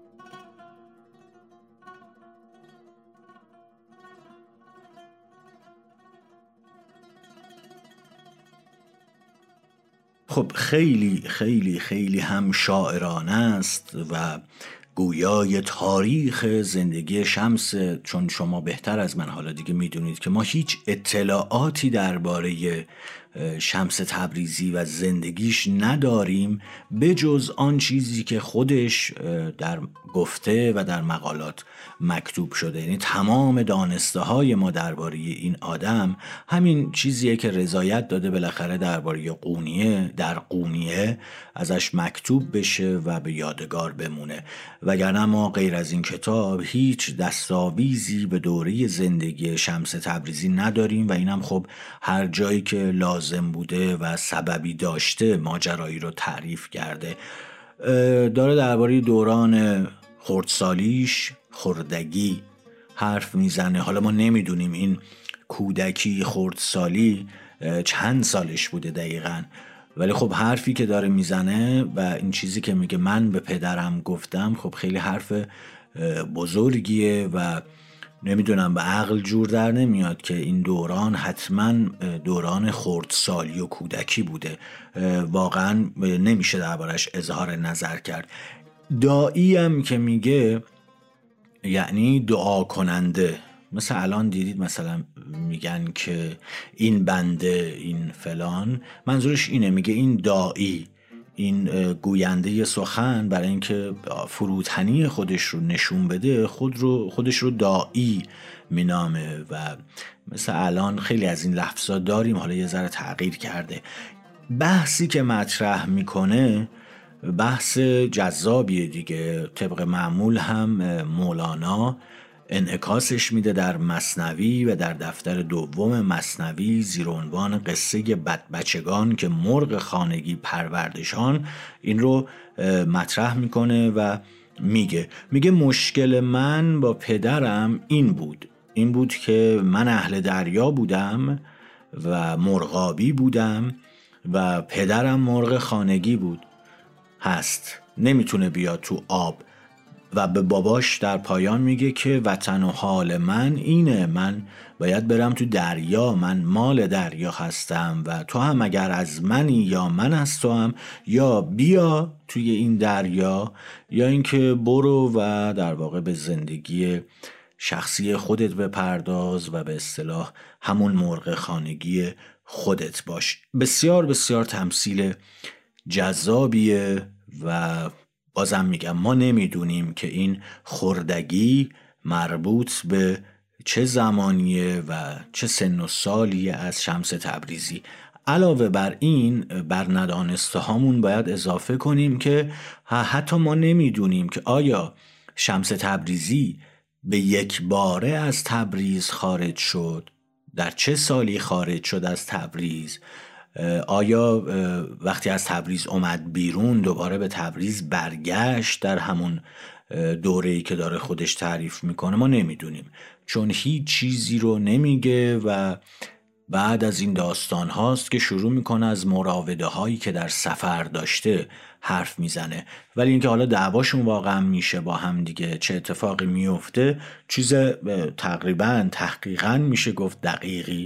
خب خیلی خیلی خیلی هم شاعرانه است و گویای تاریخ زندگی شمس، چون شما بهتر از من حالا دیگه میدونید که ما هیچ اطلاعاتی درباره شمس تبریزی و زندگیش نداریم بجز آن چیزی که خودش در گفته و در مقالات مکتوب شده. یعنی تمام دانسته های ما درباره این آدم همین چیزیه که رضایت داده بالاخره درباره قونیه در قونیه ازش مکتوب بشه و به یادگار بمونه، وگرنه ما غیر از این کتاب هیچ دستاویزی به دوره زندگی شمس تبریزی نداریم و اینم خب هر جایی که لازم بوده و سببی داشته ماجرایی رو تعریف کرده. داره درباره دوران خردسالیش، خردگی حرف میزنه. حالا ما نمیدونیم این کودکی خردسالی چند سالش بوده دقیقاً، ولی خب حرفی که داره میزنه و این چیزی که میگه من به پدرم گفتم خب خیلی حرف بزرگیه و نمیدونم به عقل جور در نمیاد که این دوران حتما دوران خردسالی و کودکی بوده. واقعا نمیشه دربارش اظهار نظر کرد. داعی هم که میگه یعنی دعا کننده. مثل الان دیدید مثلا میگن که این بنده این فلان، منظورش اینه، میگه این داعی، این گوینده سخن برای اینکه فروتنی خودش رو نشون بده خود رو خودش رو داعی مینامه و مثل الان خیلی از این لفظا داریم، حالا یه ذره تغییر کرده. بحثی که مطرح میکنه بحث جذابیه دیگه. طبق معمول هم مولانا انعکاسش میده در مثنوی و در دفتر دوم مثنوی زیر عنوان قصه بد بچگان که مرغ خانگی پروردشان این رو مطرح میکنه و میگه میگه مشکل من با پدرم این بود این بود که من اهل دریا بودم و مرغابی بودم و پدرم مرغ خانگی بود، هست نمیتونه بیاد تو آب. و به باباش در پایان میگه که وطن و حال من اینه، من باید برم تو دریا، من مال دریا هستم و تو هم اگر از منی یا من از تو هم، یا بیا توی این دریا یا اینکه برو و در واقع به زندگی شخصی خودت بپرداز و به اصطلاح همون مرغ خانگی خودت باش. بسیار بسیار تمثیل جذابیه و بازم میگم ما نمیدونیم که این خردگی مربوط به چه زمانیه و چه سن و سالیه از شمس تبریزی. علاوه بر این بر ندانسته هامون باید اضافه کنیم که حتی ما نمیدونیم که آیا شمس تبریزی به یک باره از تبریز خارج شد، در چه سالی خارج شد از تبریز، آیا وقتی از تبریز اومد بیرون دوباره به تبریز برگشت در همون دوره‌ای که داره خودش تعریف میکنه. ما نمیدونیم چون هیچ چیزی رو نمیگه و بعد از این داستان هاست که شروع میکنه از مراوده هایی که در سفر داشته حرف میزنه. ولی اینکه حالا دعواشون واقعا میشه با هم دیگه، چه اتفاقی میفته، چیز تقریبا تحقیقا میشه گفت دقیقی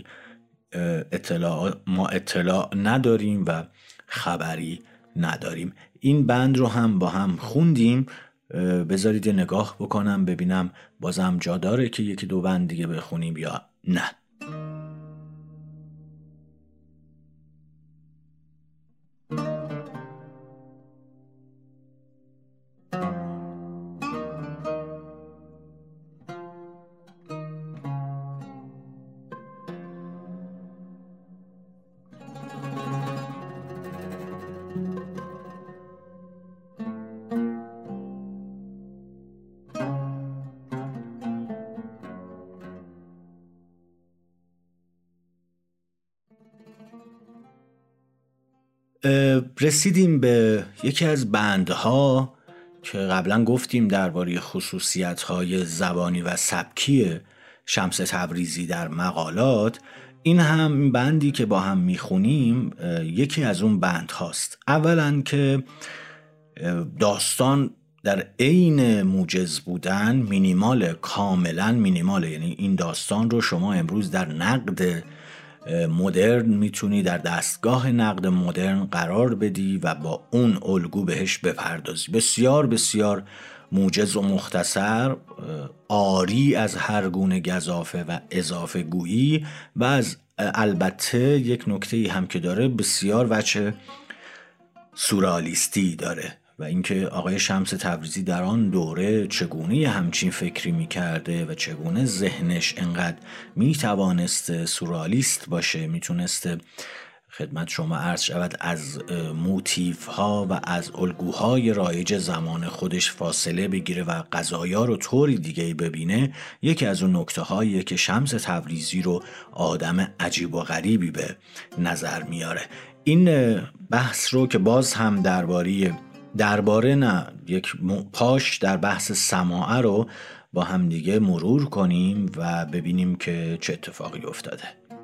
اطلاع ما اطلاع نداریم و خبری نداریم. این بند رو هم با هم خوندیم، بذارید نگاه بکنم ببینم بازم جا داره که یکی دو بند دیگه بخونیم یا نه. رسیدیم به یکی از بندها که قبلا گفتیم درباره خصوصیت‌های زبانی و سبکی شمس تبریزی در مقالات. این هم بندی که با هم میخونیم یکی از اون بند هاست. اولا که داستان در عین موجز بودن مینیمال، کاملا مینیمال، یعنی این داستان رو شما امروز در نقد مدرن میتونی در دستگاه نقد مدرن قرار بدی و با اون الگو بهش بپردازی. بسیار بسیار موجز و مختصر، عاری از هر گونه گزافه و اضافه گویی و از البته یک نکته هم که داره، بسیار وجه سورئالیستی داره و اینکه آقای شمس تبریزی در آن دوره چگونه همچین فکری میکرده و چگونه ذهنش انقدر میتوانست سورئالیست باشه، میتونسته خدمت شما عرض شود از موتیف ها و از الگوهای رایج زمان خودش فاصله بگیره و قضایا رو طوری دیگه ببینه. یکی از اون نکته هاییه که شمس تبریزی رو آدم عجیب و غریبی به نظر میاره. این بحث رو که باز هم درباره درباره نه یک پاش در بحث سماعه رو با هم دیگه مرور کنیم و ببینیم که چه اتفاقی افتاده.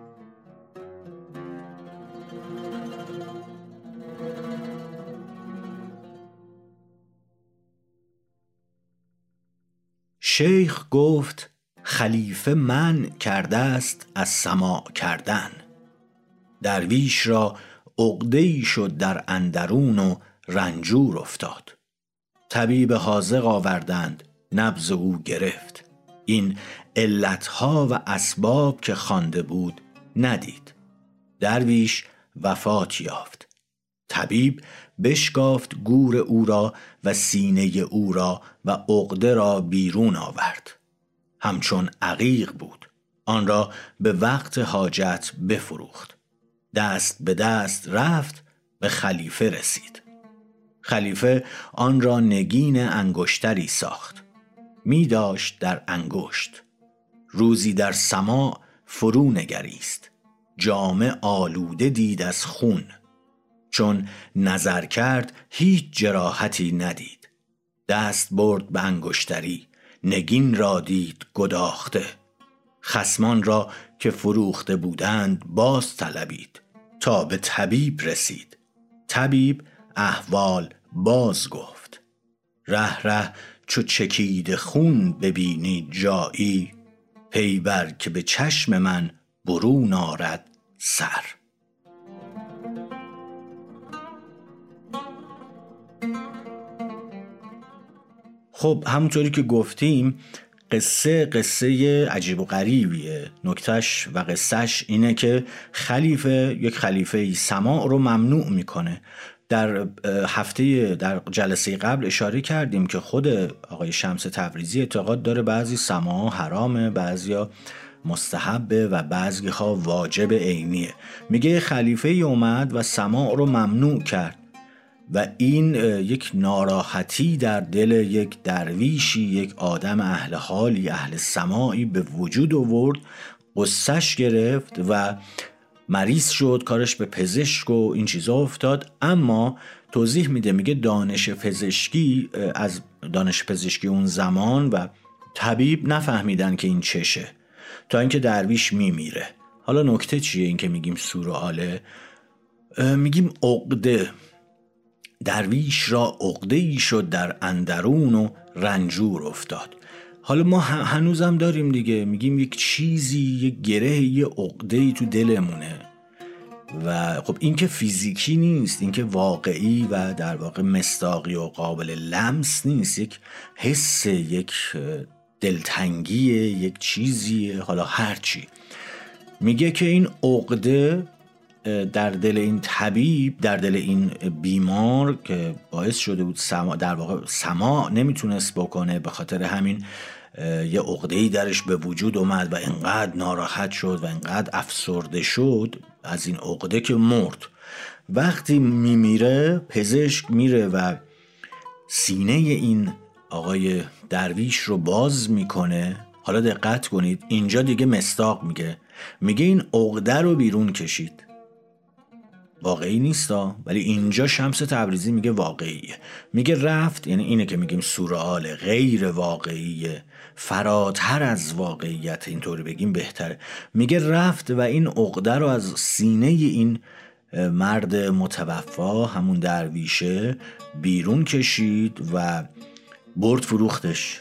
شیخ گفت خلیفه من کرده است از سماع کردن، درویش را عقده‌ای شد در اندرون و رنجور افتاد. طبیب حاذق آوردند نبض او گرفت، این علتها و اسباب که خوانده بود ندید. درویش وفات یافت. طبیب بشکافت گور او را و سینه او را و عقده را بیرون آورد. همچون عقیق بود، آن را به وقت حاجت بفروخت. دست به دست رفت، به خلیفه رسید. خلیفه آن را نگین انگشتری ساخت، می داشت در انگشت. روزی در سماع فرو نگریست، جامه آلوده دید از خون. چون نظر کرد هیچ جراحتی ندید. دست برد به انگشتری، نگین را دید گداخته. خصمان را که فروخته بودند باز طلبید تا به طبیب رسید. طبیب احوال باز گفت. ره ره چو چکید خون ببینی جایی، پی بر که به چشم من برون آرد سر. خب همونطوری که گفتیم قصه قصه عجیب و غریبیه. نکتش و قصهش اینه که خلیفه یک خلیفه سماع رو ممنوع میکنه. در هفته در جلسه قبل اشاره کردیم که خود آقای شمس تبریزی اعتقاد داره بعضی سماع حرامه، بعضیا مستحبه و بعضی ها واجب عینیه. میگه خلیفه اومد و سماع رو ممنوع کرد و این یک ناراحتی در دل یک درویشی، یک آدم اهل حالی، اهل سماعی به وجود آورد. قصهش گرفت و مریض شد، کارش به پزشک و این چیزا افتاد. اما توضیح میده، میگه دانش پزشکی از دانش پزشکی اون زمان و طبیب نفهمیدن که این چشه تا اینکه درویش میمیره. حالا نکته چیه این که میگیم سورئاله؟ میگیم عقده. درویش را عقده‌ای شد در اندرون و رنجور افتاد. حالا ما هنوزم داریم دیگه، میگیم یک چیزی، یک گره، یک عقده‌ای تو دلمونه و خب این که فیزیکی نیست، این که واقعی و در واقع مصداقی و قابل لمس نیست، یک حس، یک دلتنگی، یک چیزی، حالا هرچی. میگه که این عقده در دل این طبیب، در دل این بیمار که باعث شده بود سما، در واقع سماع نمیتونست بکنه، به خاطر همین یه عقده‌ای درش به وجود اومد و انقدر ناراحت شد و انقدر افسرده شد از این عقده که مرد. وقتی میمیره پزشک میره و سینه این آقای درویش رو باز میکنه. حالا دقت کنید، اینجا دیگه مصداق میگه، میگه این عقده رو بیرون کشید. واقعی نیستا، ولی اینجا شمس تبریزی میگه واقعیه. میگه رفت، یعنی اینه که میگیم سورئال، غیر واقعیه، فراتر از واقعیت، اینطوری بگیم بهتره. میگه رفت و این عقده رو از سینه این مرد متوفا، همون درویشه، بیرون کشید و برد فروختش.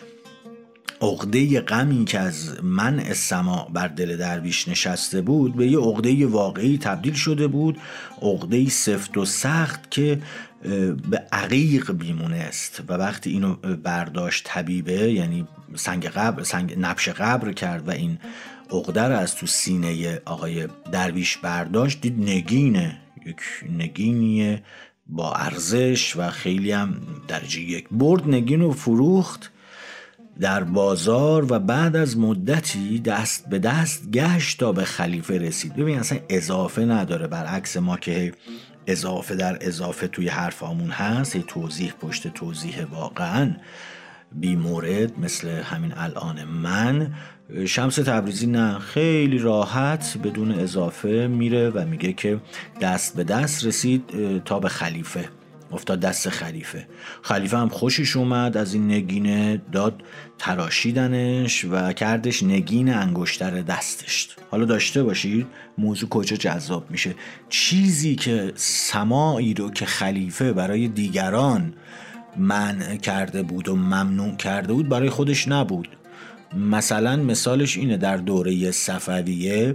عقده غمی که از منع سماع بر دل درویش نشسته بود به یه عقده واقعی تبدیل شده بود، عقده سفت و سخت که به عقیق بیمونست و وقتی اینو برداشت طبیبه، یعنی سنگ قبر، سنگ نبش قبر کرد و این عقده رو از تو سینه آقای درویش برداشت، دید نگینه، یک نگینیه با ارزش و خیلی هم درجه یک. برد نگین رو فروخت در بازار و بعد از مدتی دست به دست گشت تا به خلیفه رسید. ببین اصلا اضافه نداره، برعکس ما که اضافه در اضافه توی حرفامون هست، هی توضیح پشت توضیح واقعا بی مورد مثل همین الان من. شمس تبریزی نه، خیلی راحت بدون اضافه میره و میگه که دست به دست رسید تا به خلیفه، افتاد دست خلیفه. خلیفه هم خوشش اومد از این نگینه، داد تراشیدنش و کردش نگین انگشتر دستش. حالا داشته باشید موضوع کجا جذاب میشه. چیزی که سماعی رو که خلیفه برای دیگران منع کرده بود و ممنوع کرده بود برای خودش نبود. مثلا مثالش اینه، در دوره صفویه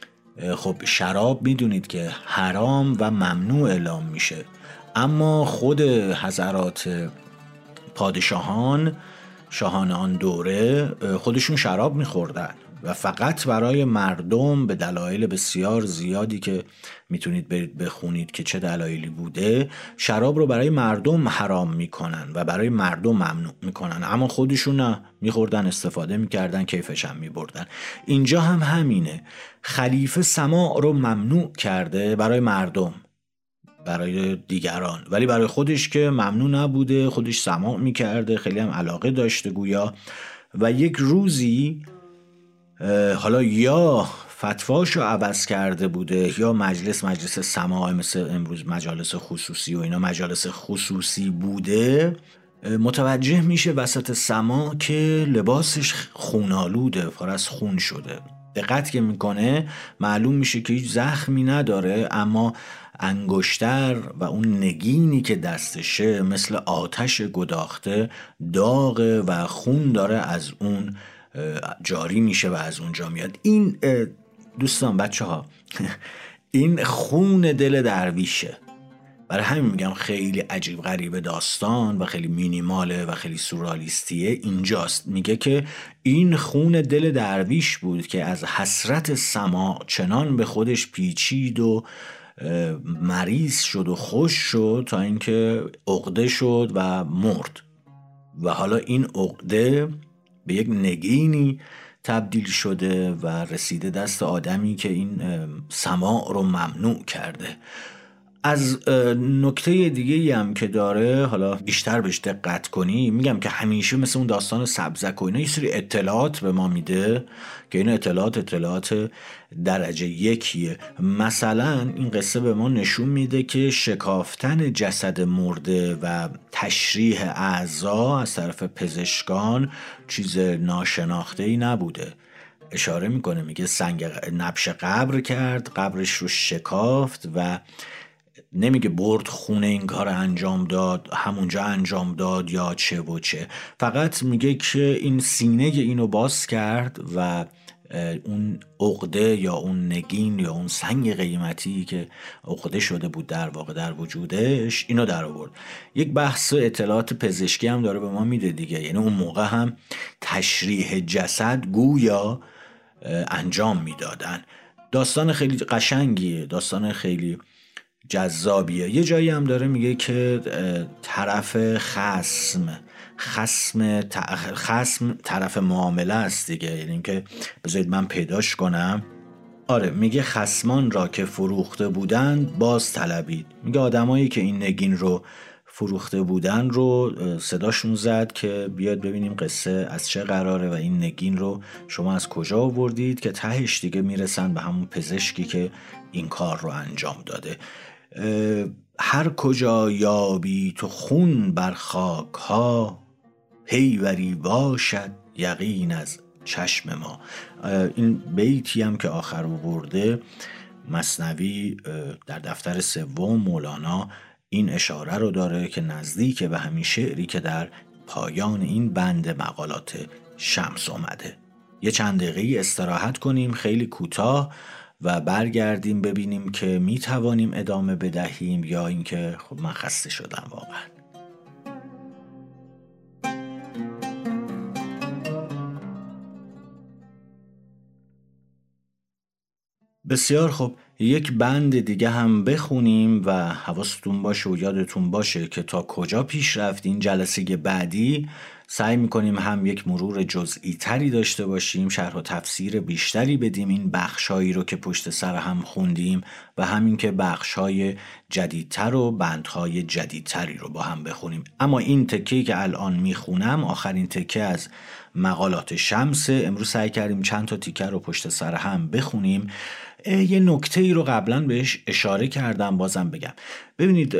خب شراب میدونید که حرام و ممنوع اعلام میشه، اما خود حضرات پادشاهان، شاهان آن دوره، خودشون شراب میخوردن و فقط برای مردم به دلایل بسیار زیادی که میتونید برید بخونید که چه دلایلی بوده، شراب رو برای مردم حرام میکنن و برای مردم ممنوع میکنن، اما خودشون نه، میخوردن، استفاده میکردن، کیفش هم میبردن. اینجا هم همینه، خلیفه سماع رو ممنوع کرده برای مردم، برای دیگران، ولی برای خودش که ممنوع نبوده، خودش سماع میکرده، خیلی هم علاقه داشته گویا. و یک روزی حالا یا فتواشو عوض کرده بوده یا مجلس مجلس سماع مثل امروز مجالس خصوصی و اینا مجالس خصوصی بوده، متوجه میشه وسط سماع که لباسش خونالوده، پر از خون شده. دقت که میکنه معلوم میشه که هیچ زخمی نداره، اما انگشتر و اون نگینی که دستشه مثل آتش گداخته داغ و خون داره از اون جاری میشه و از اونجا میاد. این دوستان بچه ها این خون دل درویشه. برای همین میگم خیلی عجیب غریب داستان و خیلی مینیماله و خیلی سورئالیستیه. اینجاست میگه که این خون دل درویش بود که از حسرت سماع چنان به خودش پیچید و مریض شد و خوش شد تا اینکه عقده شد و مرد. و حالا این عقده به یک نگینی تبدیل شده و رسیده دست آدمی که این سماع رو ممنوع کرده. از نکته دیگه هم که داره، حالا بیشتر بهش دقت کنی، میگم که همیشه مثل اون داستان سبزک و اینا یه سری اطلاعات به ما میده که این اطلاعات اطلاعات درجه یکیه. مثلا این قصه به ما نشون میده که شکافتن جسد مرده و تشریح اعضا از طرف پزشکان چیز ناشناخته‌ای نبوده. اشاره میکنه، میگه سنگ نبش قبر کرد، قبرش رو شکافت و نمیگه برد خونه این کار انجام داد، همونجا انجام داد یا چه و چه، فقط میگه که این سینه اینو باز کرد و اون عقده یا اون نگین یا اون سنگ قیمتی که عقده شده بود در واقع در وجودش اینو در آورد. یک بحث اطلاعات پزشکی هم داره به ما میده دیگه، یعنی اون موقع هم تشریح جسد گویا انجام میدادن. داستان خیلی قشنگیه، داستان خیلی جذابیه. یه جایی هم داره میگه که طرف خصم خصم خصم طرف معامله است دیگه، یعنی که بذارید من پیداش کنم. آره میگه خصمان را که فروخته بودند باز طلبید. میگه آدمایی که این نگین رو فروخته بودن رو صداشون زد که بیاد ببینیم قصه از چه قراره و این نگین رو شما از کجا آوردید، که تهش دیگه میرسن به همون پزشکی که این کار رو انجام داده. هر کجا یابی تو خون بر خاک ها، پیوری باشد یقین از چشم ما. این بیتی هم که آخر آورده مثنوی در دفتر سوم مولانا این اشاره رو داره که نزدیک به همین شعری که در پایان این بند مقالات شمس اومده. یه چند دقیقه استراحت کنیم خیلی کوتاه و برگردیم ببینیم که می توانیم ادامه بدهیم یا اینکه خب من خسته شدم واقعا. بسیار خب، یک بند دیگه هم بخونیم و حواستون باشه و یادتون باشه که تا کجا پیش رفتیم. جلسه بعدی سعی میکنیم هم یک مرور جزئی تری داشته باشیم، شرح و تفسیر بیشتری بدیم این بخشایی رو که پشت سر هم خوندیم و همین که بخشای جدیدتر و بندهای جدیدتری رو با هم بخونیم. اما این تکه‌ای که الان میخونم آخرین تکه از مقالات شمس. امروز سعی کردیم چند تا تیکه رو پشت سر هم بخونیم. یه نکته ای رو قبلا بهش اشاره کردم بازم بگم. ببینید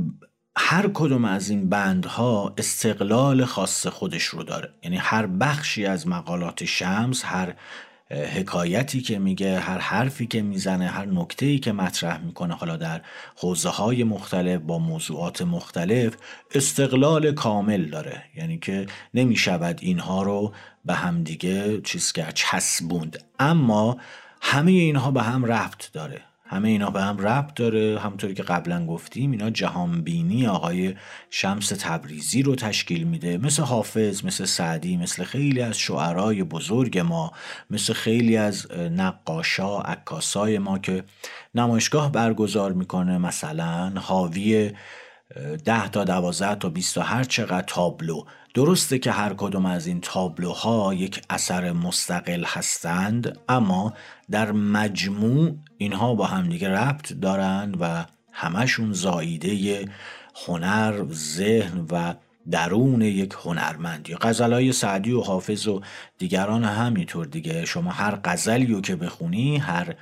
هر کدوم از این بندها استقلال خاص خودش رو داره، یعنی هر بخشی از مقالات شمس، هر حکایتی که میگه، هر حرفی که میزنه، هر نکته‌ای که مطرح میکنه، حالا در حوزه‌های مختلف با موضوعات مختلف استقلال کامل داره، یعنی که نمیشود اینها رو به هم دیگه چیز کرد، چسبوند. اما همه اینها به هم ربط داره، همه اینا به هم ربط داره. همونطوری که قبلا گفتیم اینا جهانبینی آقای شمس تبریزی رو تشکیل میده، مثل حافظ، مثل سعدی، مثل خیلی از شعرای بزرگ ما، مثل خیلی از نقاشا، عکاسای ما که نمایشگاه برگزار میکنه، مثلا حاوی ده تا دوازده تا بیست تا هر چقدر تابلو. درسته که هر کدوم از این تابلوها یک اثر مستقل هستند، اما در مجموع اینها با هم دیگه ربط دارن و همشون زاییده هنر، ذهن و درون یک هنرمند. یا غزلای سعدی و حافظ و دیگران همینطور دیگه. شما هر غزلیو که بخونی، هر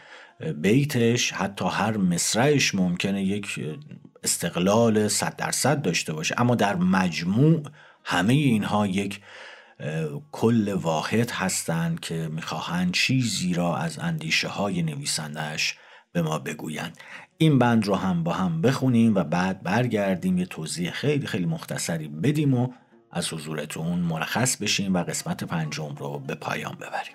بیتش، حتی هر مصرعش ممکنه یک استقلال صد درصد داشته باشه، اما در مجموع همه اینها یک کل واحد هستند که میخواهند چیزی را از اندیشه های نویسندهش به ما بگویند. این بند رو هم با هم بخونیم و بعد برگردیم یه توضیح خیلی خیلی مختصری بدیم و از حضورتون مرخص بشیم و قسمت پنجم رو به پایان ببریم.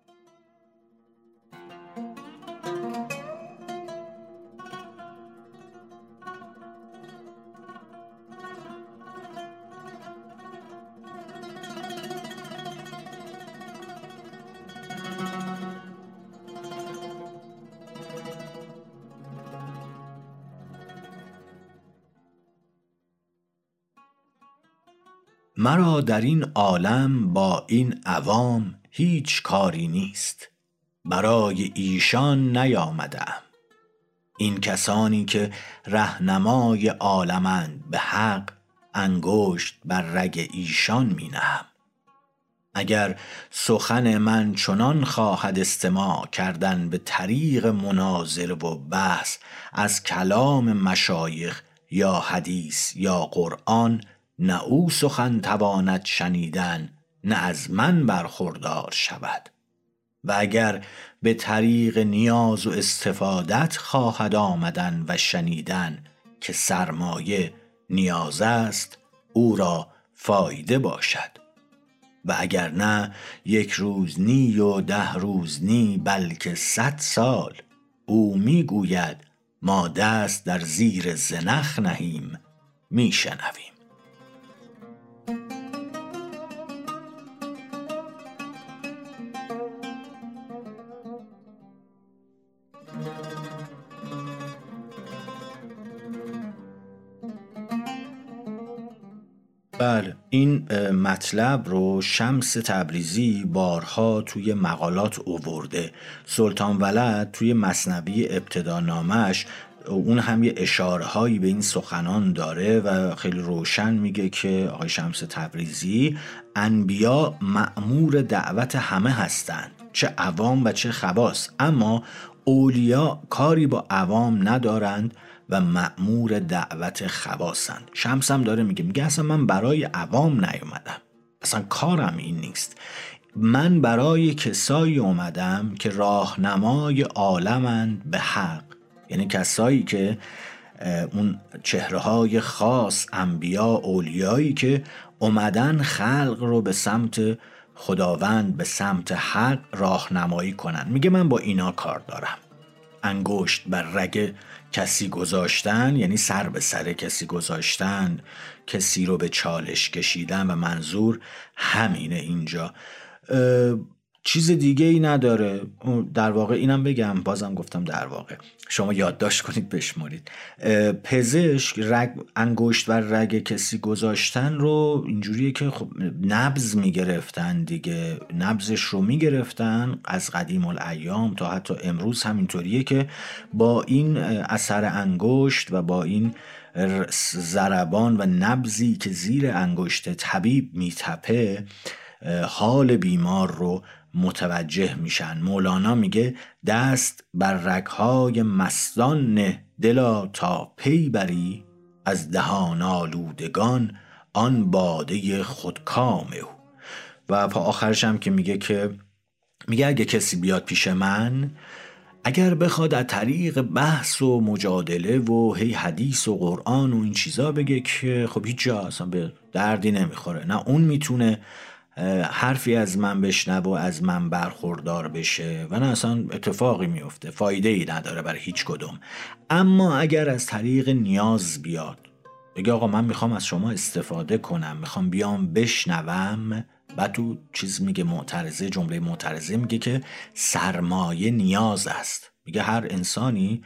مرا در این عالم با این عوام هیچ کاری نیست، برای ایشان نیامدم. این کسانی که رهنمای عالمند به حق، انگشت بر رگ ایشان می نهم. اگر سخن من چنان خواهد استماع کردن به طریق مناظره و بحث از کلام مشایخ یا حدیث یا قرآن، نه او سخن تواند شنیدن، نه از من برخوردار شود. و اگر به طریق نیاز و استفادت خواهد آمدن و شنیدن که سرمایه نیاز است، او را فایده باشد. و اگر نه یک روز نی و ده روز نی، بلکه صد سال، او میگوید ما دست در زیر زنخ نهیم، میشنویم. بله، این مطلب رو شمس تبریزی بارها توی مقالات اوورده. سلطان ولد توی مثنوی ابتدانامش اون هم یه اشاره هایی به این سخنان داره و خیلی روشن میگه که آقای شمس تبریزی انبیا مأمور دعوت همه هستند، چه عوام و چه خواص، اما اولیا کاری با عوام ندارند و مأمور دعوت خواصند. شمس هم داره میگه میگه اصلا من برای عوام نیومدم، اصلا کارم این نیست، من برای کسایی اومدم که راهنمای عالمند به حق، یعنی کسایی که اون چهره‌های خاص، انبیا، اولیایی که اومدن خلق رو به سمت خداوند، به سمت حق راهنمایی کنن. میگه من با اینا کار دارم. انگشت بر رگ کسی گذاشتن یعنی سر به سر کسی گذاشتن، کسی رو به چالش کشیدن و منظور همینه اینجا، چیز دیگه ای نداره. در واقع اینم بگم، بازم گفتم در واقع شما یادداشت کنید بشمارید. پزشک رگ انگشت بر رگ کسی گذاشتن رو اینجوریه که خب نبض میگرفتن دیگه، نبضش رو میگرفتن از قدیم الایام تا حتی امروز همینطوریه که با این اثر انگشت و با این ضربان و نبضی که زیر انگشت طبیب میتپه حال بیمار رو متوجه میشن. مولانا میگه دست بر رگهای مستان نه، دلا تا پی بری، از دهان آلودگان آن باده خودکام او. و پا آخرش هم که میگه که میگه اگه کسی بیاد پیش من، اگر بخواد از طریق بحث و مجادله و هی حدیث و قرآن و این چیزا بگه که خب هیچ جا اصلا به دردی نمیخوره، نه اون میتونه حرفی از من بشنوه و از من برخوردار بشه و نه اصلا اتفاقی میفته، فایده ای نداره برای هیچ کدوم. اما اگر از طریق نیاز بیاد بگه آقا من میخوام از شما استفاده کنم، میخوام بیام بشنوم، بعد تو چیز میگه معترضه، جمله معترضه میگه که سرمایه نیاز است. میگه هر انسانی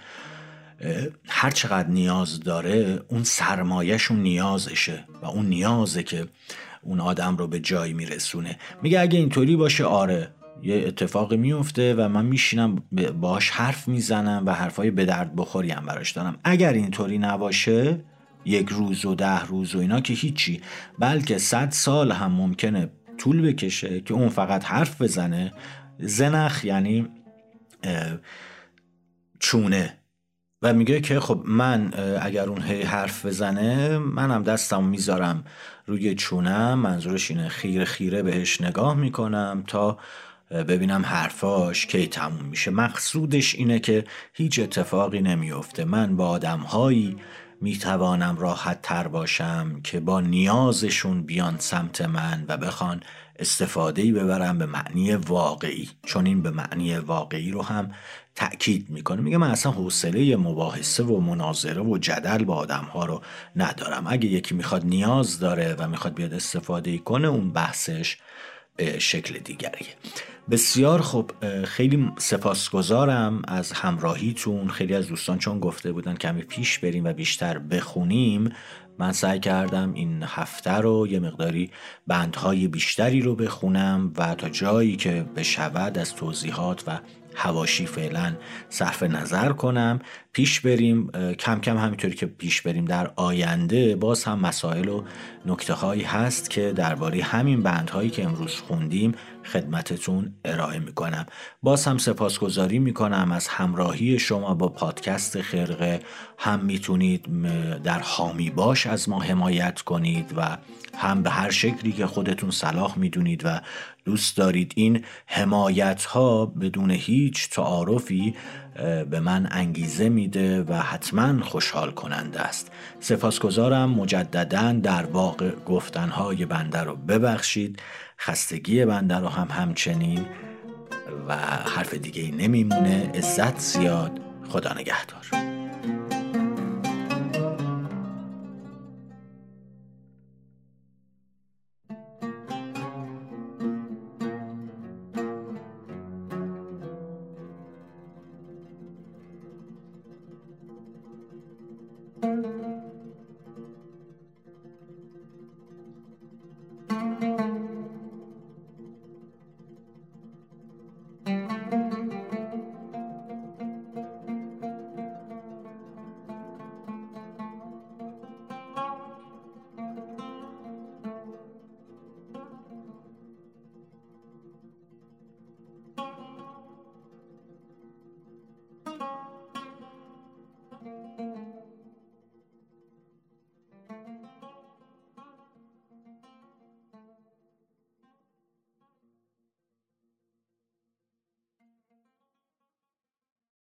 هر چقدر نیاز داره اون سرمایه‌شون نیازشه و اون نیازه که اون آدم رو به جایی میرسونه. میگه اگه اینطوری باشه آره یه اتفاقی میفته و من میشینم باهاش حرف میزنم و حرفای به درد بخوری هم براش دارم. اگر اینطوری نباشه، یک روز و ده روز و اینا که هیچی، بلکه صد سال هم ممکنه طول بکشه که اون فقط حرف بزنه. زنخ یعنی چونه. و میگه که خب من اگر اون هی حرف بزنه، منم دستم میذارم روی چونم، منظورش اینه خیره خیره بهش نگاه میکنم تا ببینم حرفاش کی تموم میشه. مقصودش اینه که هیچ اتفاقی نمیفته. من با آدمهایی میتوانم راحت تر باشم که با نیازشون بیان سمت من و بخوان استفادهی ببرم به معنی واقعی، چون این به معنی واقعی رو هم تأکید میکنه. میگه من اصلا حوصله مباحثه و مناظره و جدل با آدم ها رو ندارم. اگه یکی میخواد نیاز داره و میخواد بیاد استفاده کنه، اون بحثش به شکل دیگریه. بسیار خب، خیلی سپاسگزارم از همراهیتون. خیلی از دوستان چون گفته بودن کمی پیش بریم و بیشتر بخونیم، من سعی کردم این هفته رو یه مقداری بندهای بیشتری رو بخونم و تا جایی که بشود از توضیحات و حواشی فعلا صرف نظر کنم. پیش بریم کم کم، همینطوری که پیش بریم در آینده باز هم مسائل و نکته هایی هست که درباره همین بندهایی که امروز خوندیم خدمتتون ارائه میکنم. باز هم سپاسگزاری میکنم از همراهی شما با پادکست خرقه. هم میتونید در حامی باش از ما حمایت کنید و هم به هر شکلی که خودتون صلاح میدونید و دوست دارید. این حمایت ها بدون هیچ تعارفی به من انگیزه میده و حتما خوشحال کننده است. سپاسگزارم مجدداً. در واقع گفتنهای بنده رو ببخشید، خستگی بنده رو هم همچنین و حرف دیگه ای نمیمونه. عزت زیاد. خدا نگهدار.